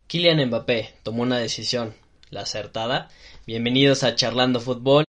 Kylian Mbappé tomó una decisión, la acertada. Bienvenidos a Charlando Fútbol.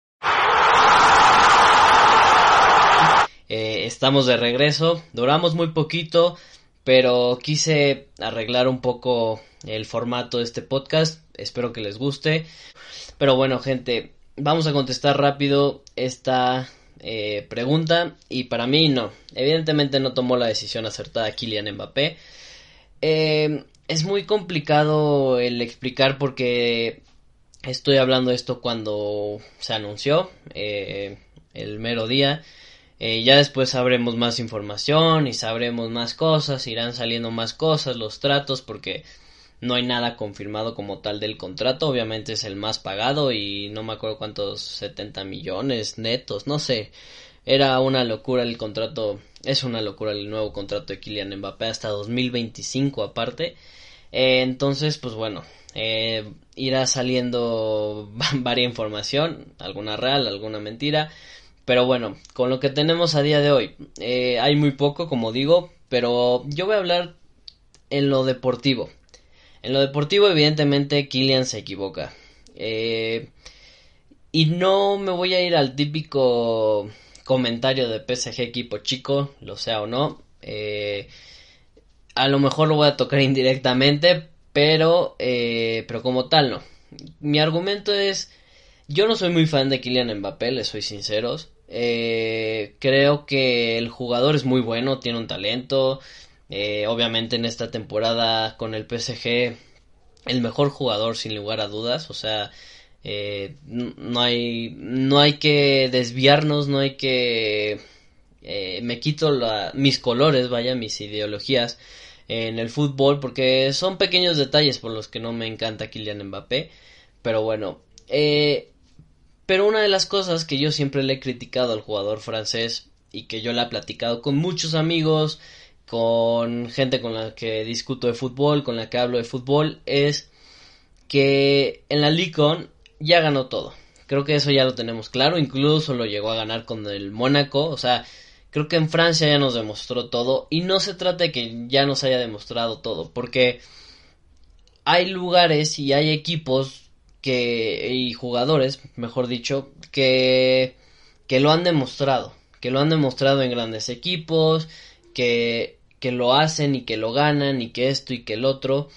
Estamos de regreso, duramos muy poquito, pero quise arreglar un poco el formato de este podcast, espero que les guste. Pero bueno, gente, vamos a contestar rápido esta pregunta, y para mí no, evidentemente no tomó la decisión acertada Kylian Mbappé. Es muy complicado el explicar porque estoy hablando esto cuando se anunció, el mero día. Ya después sabremos más información y sabremos más cosas, irán saliendo más cosas, los tratos, porque no hay nada confirmado como tal del contrato. Obviamente es el más pagado y no me acuerdo cuántos, 70 millones netos, no sé. Era una locura el contrato, es una locura el nuevo contrato de Kylian Mbappé hasta 2025 aparte. Entonces, pues bueno, irá saliendo varia información, alguna real, alguna mentira. Pero bueno, con lo que tenemos a día de hoy, hay muy poco, como digo, pero yo voy a hablar en lo deportivo. En lo deportivo, evidentemente, Kylian se equivoca. Y no me voy a ir al típico comentario de PSG equipo chico, lo sea o no. A lo mejor lo voy a tocar indirectamente, pero como tal no. Mi argumento es, yo no soy muy fan de Kylian Mbappé, les soy sinceros. Creo que el jugador es muy bueno, tiene un talento. Obviamente en esta temporada con el PSG, el mejor jugador sin lugar a dudas. O sea, no hay que desviarnos, no hay que... me quito mis colores, vaya, mis ideologías en el fútbol, porque son pequeños detalles por los que no me encanta Kylian Mbappé. Pero bueno, pero una de las cosas que yo siempre le he criticado al jugador francés, y que yo le he platicado con muchos amigos, con gente con la que discuto de fútbol, con la que hablo de fútbol, es que en la Ligue 1 ya ganó todo. Creo que eso ya lo tenemos claro, incluso lo llegó a ganar con el Mónaco. O sea, creo que en Francia ya nos demostró todo, y no se trata de que ya nos haya demostrado todo, porque hay lugares y hay equipos y jugadores, mejor dicho, que lo han demostrado, en grandes equipos, que lo hacen y que lo ganan y que esto y que el otro.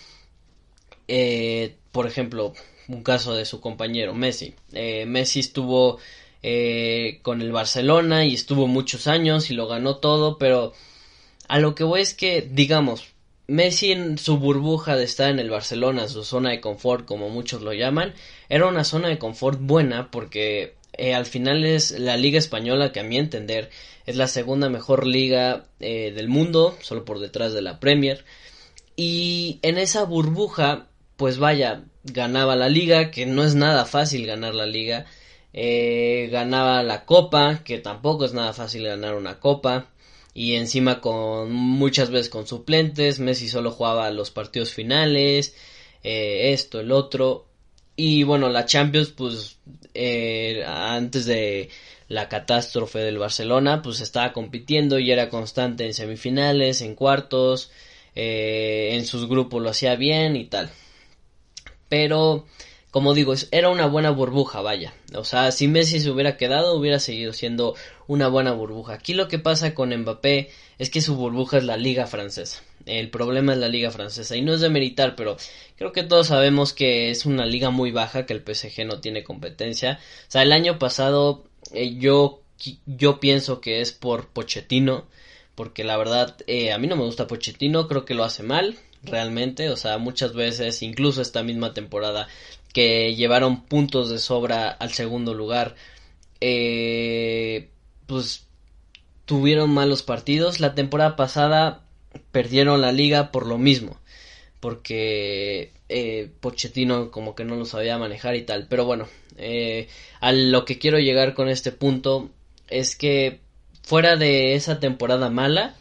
Por ejemplo, un caso de su compañero Messi. Messi estuvo con el Barcelona y estuvo muchos años y lo ganó todo, pero a lo que voy es que, digamos, Messi en su burbuja de estar en el Barcelona, su zona de confort, como muchos lo llaman, era una zona de confort buena porque al final es la liga española, que a mi entender es la segunda mejor liga del mundo, solo por detrás de la Premier. Y en esa burbuja, pues vaya, ganaba la liga, que no es nada fácil ganar la liga, ganaba la copa, que tampoco es nada fácil ganar una copa. Y encima muchas veces con suplentes. Messi solo jugaba los partidos finales, esto, el otro. Y bueno, la Champions, pues antes de la catástrofe del Barcelona, pues estaba compitiendo y era constante en semifinales, en cuartos, en sus grupos lo hacía bien y tal. Pero, como digo, era una buena burbuja, vaya. O sea, si Messi se hubiera quedado, hubiera seguido siendo una buena burbuja. Aquí lo que pasa con Mbappé es que su burbuja es la liga francesa. El problema es la liga francesa. Y no es de meritar, pero creo que todos sabemos que es una liga muy baja, que el PSG no tiene competencia. O sea, el año pasado yo pienso que es por Pochettino, porque la verdad a mí no me gusta Pochettino, creo que lo hace mal. Realmente, o sea, muchas veces, incluso esta misma temporada, que llevaron puntos de sobra al segundo lugar, pues tuvieron malos partidos. La temporada pasada perdieron la liga por lo mismo, porque Pochettino como que no lo sabía manejar y tal. Pero bueno, a lo que quiero llegar con este punto es que fuera de esa temporada mala,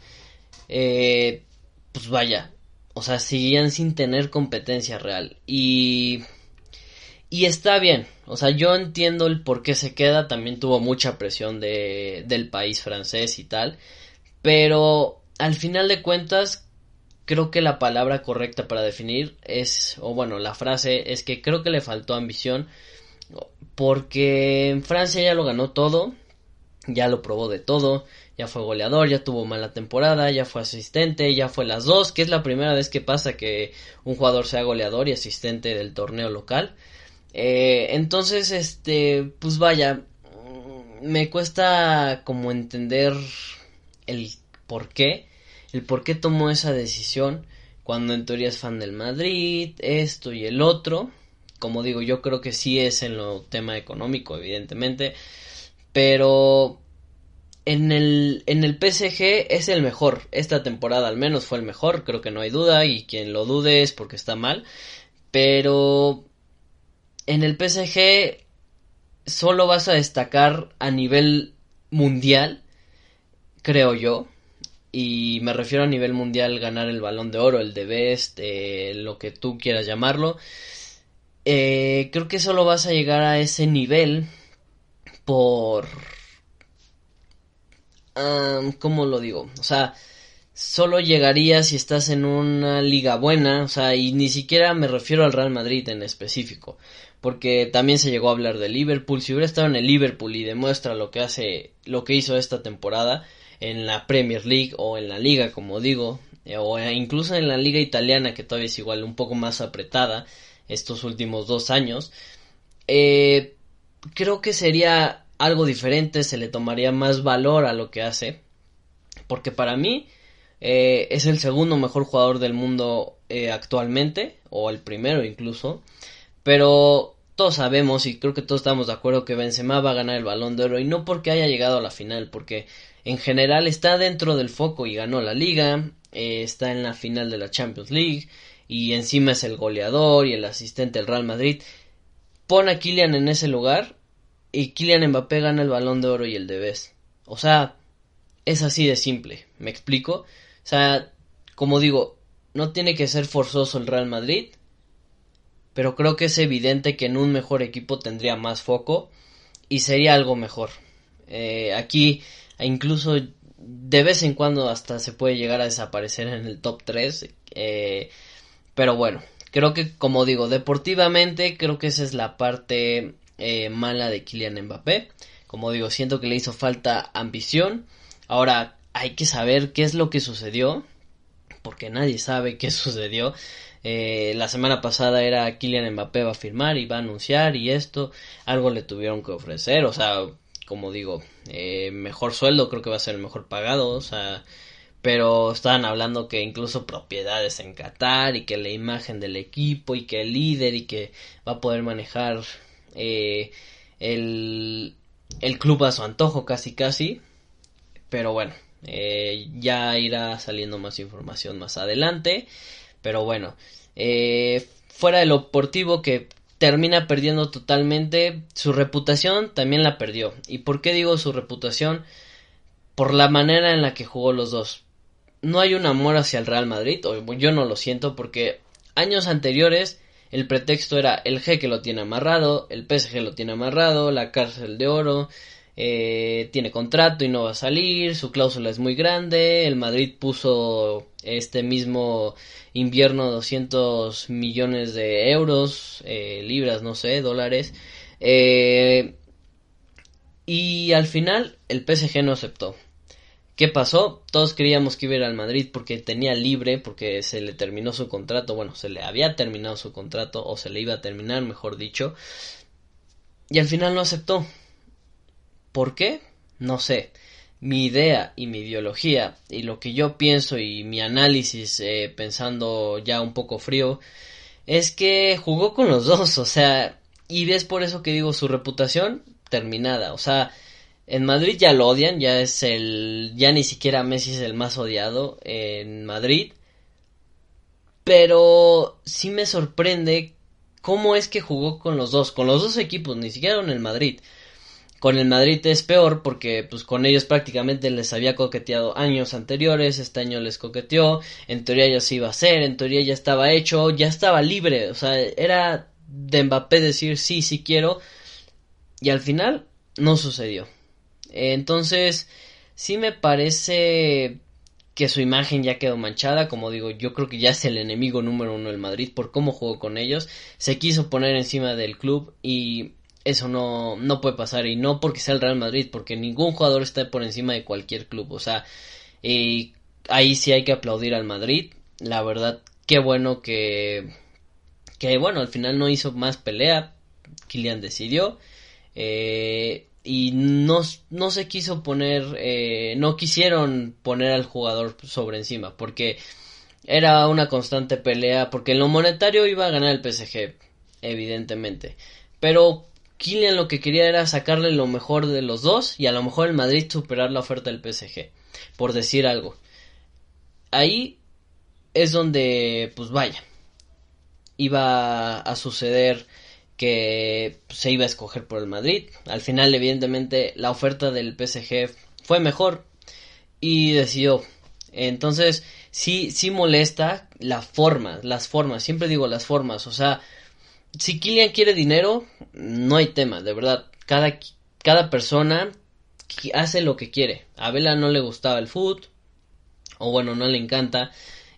pues vaya, o sea, seguían sin tener competencia real. Y está bien. O sea, yo entiendo el por qué se queda. También tuvo mucha presión del país francés y tal. Pero al final de cuentas, creo que la palabra correcta para definir es, o bueno, la frase es que creo que le faltó ambición, porque en Francia ya lo ganó todo, ya lo probó de todo, ya fue goleador, ya tuvo mala temporada, ya fue asistente, ya fue las dos, que es la primera vez que pasa que un jugador sea goleador y asistente del torneo local. Entonces, pues vaya, me cuesta como entender el por qué, el por qué tomó esa decisión, cuando en teoría es fan del Madrid, esto y el otro. Como digo, yo creo que sí es en lo tema económico, evidentemente, pero en el PSG es el mejor, esta temporada al menos fue el mejor, creo que no hay duda, y quien lo dude es porque está mal, pero en el PSG solo vas a destacar a nivel mundial, creo yo, y me refiero a nivel mundial, ganar el Balón de Oro, el de Best, lo que tú quieras llamarlo. Creo que solo vas a llegar a ese nivel por... ¿cómo lo digo? O sea, solo llegaría si estás en una liga buena, o sea, y ni siquiera me refiero al Real Madrid en específico, porque también se llegó a hablar de Liverpool. Si hubiera estado en el Liverpool y demuestra lo que hizo esta temporada en la Premier League o en la liga, como digo, o incluso en la liga italiana, que todavía es igual un poco más apretada estos últimos 2 años, creo que sería algo diferente, se le tomaría más valor a lo que hace, porque para mí es el segundo mejor jugador del mundo actualmente, o el primero incluso, pero todos sabemos y creo que todos estamos de acuerdo que Benzema va a ganar el Balón de Oro, y no porque haya llegado a la final, porque en general está dentro del foco y ganó la Liga, está en la final de la Champions League y encima es el goleador y el asistente del Real Madrid. Pon a Kylian en ese lugar y Kylian Mbappé gana el Balón de Oro y el de Best. O sea, es así de simple, ¿me explico? O sea, como digo, no tiene que ser forzoso el Real Madrid, pero creo que es evidente que en un mejor equipo tendría más foco y sería algo mejor. Aquí incluso de vez en cuando hasta se puede llegar a desaparecer en el top 3, pero bueno, creo que, como digo, deportivamente creo que esa es la parte mala de Kylian Mbappé. Como digo, siento que le hizo falta ambición. Ahora hay que saber qué es lo que sucedió, porque nadie sabe qué sucedió. La semana pasada era Kylian Mbappé va a firmar y va a anunciar y esto, algo le tuvieron que ofrecer, o sea, como digo, mejor sueldo, creo que va a ser el mejor pagado, o sea, pero estaban hablando que incluso propiedades en Qatar y que la imagen del equipo y que el líder y que va a poder manejar el club a su antojo casi casi, pero bueno, ya irá saliendo más información más adelante. Pero bueno, fuera de lo deportivo, que termina perdiendo totalmente, su reputación también la perdió. ¿Y por qué digo su reputación? Por la manera en la que jugó los dos. No hay un amor hacia el Real Madrid, o yo no lo siento, porque años anteriores el pretexto era el G que lo tiene amarrado, el PSG lo tiene amarrado, la cárcel de oro, tiene contrato y no va a salir, su cláusula es muy grande, el Madrid puso este mismo invierno 200 millones de euros, libras, no sé, dólares, y al final el PSG no aceptó. ¿Qué pasó? Todos creíamos que iba a ir al Madrid porque tenía libre, porque se le terminó su contrato, bueno, se le había terminado su contrato, o se le iba a terminar, mejor dicho, y al final no aceptó. ¿Por qué? No sé. Mi idea y mi ideología y lo que yo pienso y mi análisis, pensando ya un poco frío, es que jugó con los dos, o sea, y es por eso que digo su reputación terminada, o sea, en Madrid ya lo odian, ya ni siquiera Messi es el más odiado en Madrid, pero sí me sorprende cómo es que jugó con los dos equipos, ni siquiera con el Madrid. Con el Madrid es peor porque pues con ellos prácticamente les había coqueteado años anteriores, este año les coqueteó, en teoría ya se iba a hacer, en teoría ya estaba hecho, ya estaba libre, o sea, era de Mbappé decir sí, sí quiero, y al final no sucedió. Entonces, sí me parece que su imagen ya quedó manchada. Como digo, yo creo que ya es el enemigo número uno del Madrid por cómo jugó con ellos. Se quiso poner encima del club y eso no puede pasar, y no porque sea el Real Madrid, porque ningún jugador está por encima de cualquier club. O sea, ahí sí hay que aplaudir al Madrid. La verdad, qué bueno que bueno, al final no hizo más pelea. Kylian decidió, y no se quiso poner, no quisieron poner al jugador sobre encima, porque era una constante pelea, porque en lo monetario iba a ganar el PSG, evidentemente, pero Kylian lo que quería era sacarle lo mejor de los dos, y a lo mejor el Madrid superar la oferta del PSG, por decir algo. Ahí es donde, pues vaya, iba a suceder que se iba a escoger por el Madrid. Al final, evidentemente, la oferta del PSG fue mejor y decidió. Entonces, sí molesta las formas, siempre digo las formas. O sea, si Kylian quiere dinero, no hay tema, de verdad. Cada persona hace lo que quiere. A Vela no le gustaba el fútbol, o bueno, no le encanta.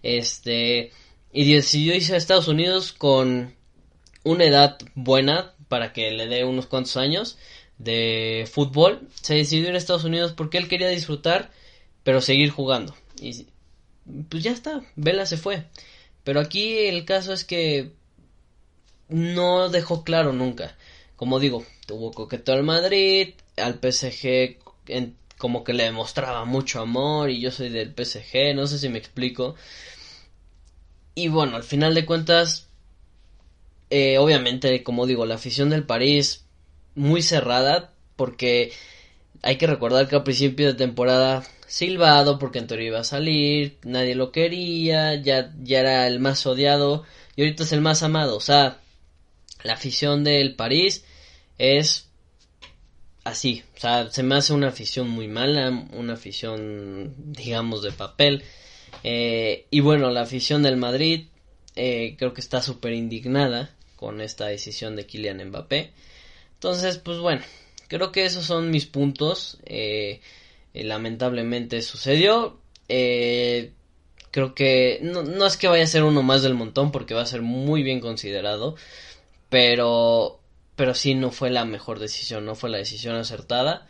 Y decidió irse a Estados Unidos con una edad buena para que le dé unos cuantos años de fútbol. Se decidió ir a Estados Unidos porque él quería disfrutar, pero seguir jugando. Y pues ya está, Vela se fue. Pero aquí el caso es que no dejó claro nunca. Como digo, tuvo coqueteo al Madrid, al PSG como que le demostraba mucho amor, y yo soy del PSG, no sé si me explico. Y bueno, al final de cuentas, obviamente, como digo, la afición del París muy cerrada, porque hay que recordar que al principio de temporada silbado, porque en teoría iba a salir, nadie lo quería, ya era el más odiado y ahorita es el más amado. O sea, la afición del París es así, o sea, se me hace una afición muy mala, una afición, digamos, de papel. Y bueno, la afición del Madrid creo que está súper indignada con esta decisión de Kylian Mbappé. Entonces, pues bueno, creo que esos son mis puntos. Lamentablemente sucedió. Creo que no es que vaya a ser uno más del montón, porque va a ser muy bien considerado, pero sí no fue la mejor decisión, no fue la decisión acertada.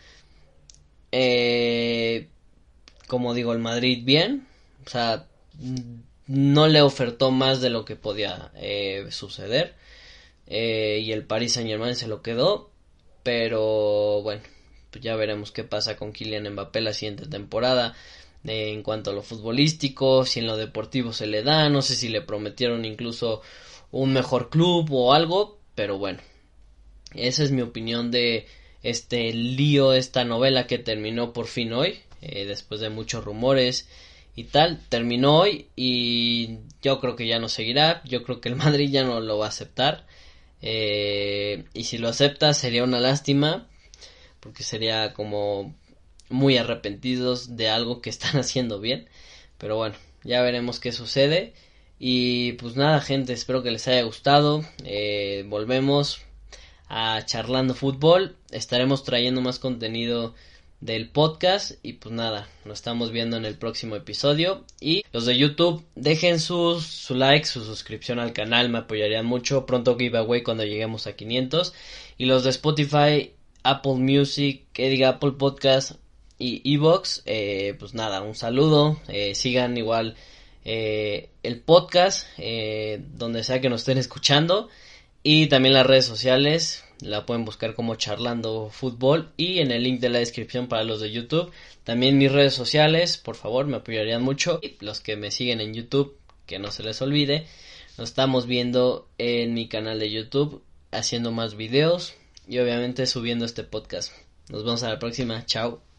Como digo, el Madrid bien, o sea, no le ofertó más de lo que podía suceder, y el Paris Saint-Germain se lo quedó, pero bueno, pues ya veremos qué pasa con Kylian Mbappé la siguiente temporada, en cuanto a lo futbolístico, si en lo deportivo se le da, no sé si le prometieron incluso un mejor club o algo, pero bueno, esa es mi opinión de este lío, esta novela que terminó por fin hoy, después de muchos rumores y tal, terminó hoy y yo creo que ya no seguirá, yo creo que el Madrid ya no lo va a aceptar, y si lo acepta sería una lástima, porque sería como muy arrepentidos de algo que están haciendo bien, pero bueno, ya veremos qué sucede. Y pues nada, gente, espero que les haya gustado. Volvemos a Charlando Fútbol, estaremos trayendo más contenido del podcast y pues nada, nos estamos viendo en el próximo episodio. Y los de YouTube, dejen su like, su suscripción al canal, me apoyarían mucho. Pronto giveaway cuando lleguemos a 500. Y los de Spotify, Apple Music, Apple Podcast y Evox, pues nada, un saludo, sigan igual el podcast donde sea que nos estén escuchando, y también las redes sociales la pueden buscar como Charlando Fútbol, y en el link de la descripción para los de YouTube también mis redes sociales, por favor, me apoyarían mucho. Y los que me siguen en YouTube, que no se les olvide, nos estamos viendo en mi canal de YouTube haciendo más videos y obviamente subiendo este podcast. Nos vemos a la próxima, chao.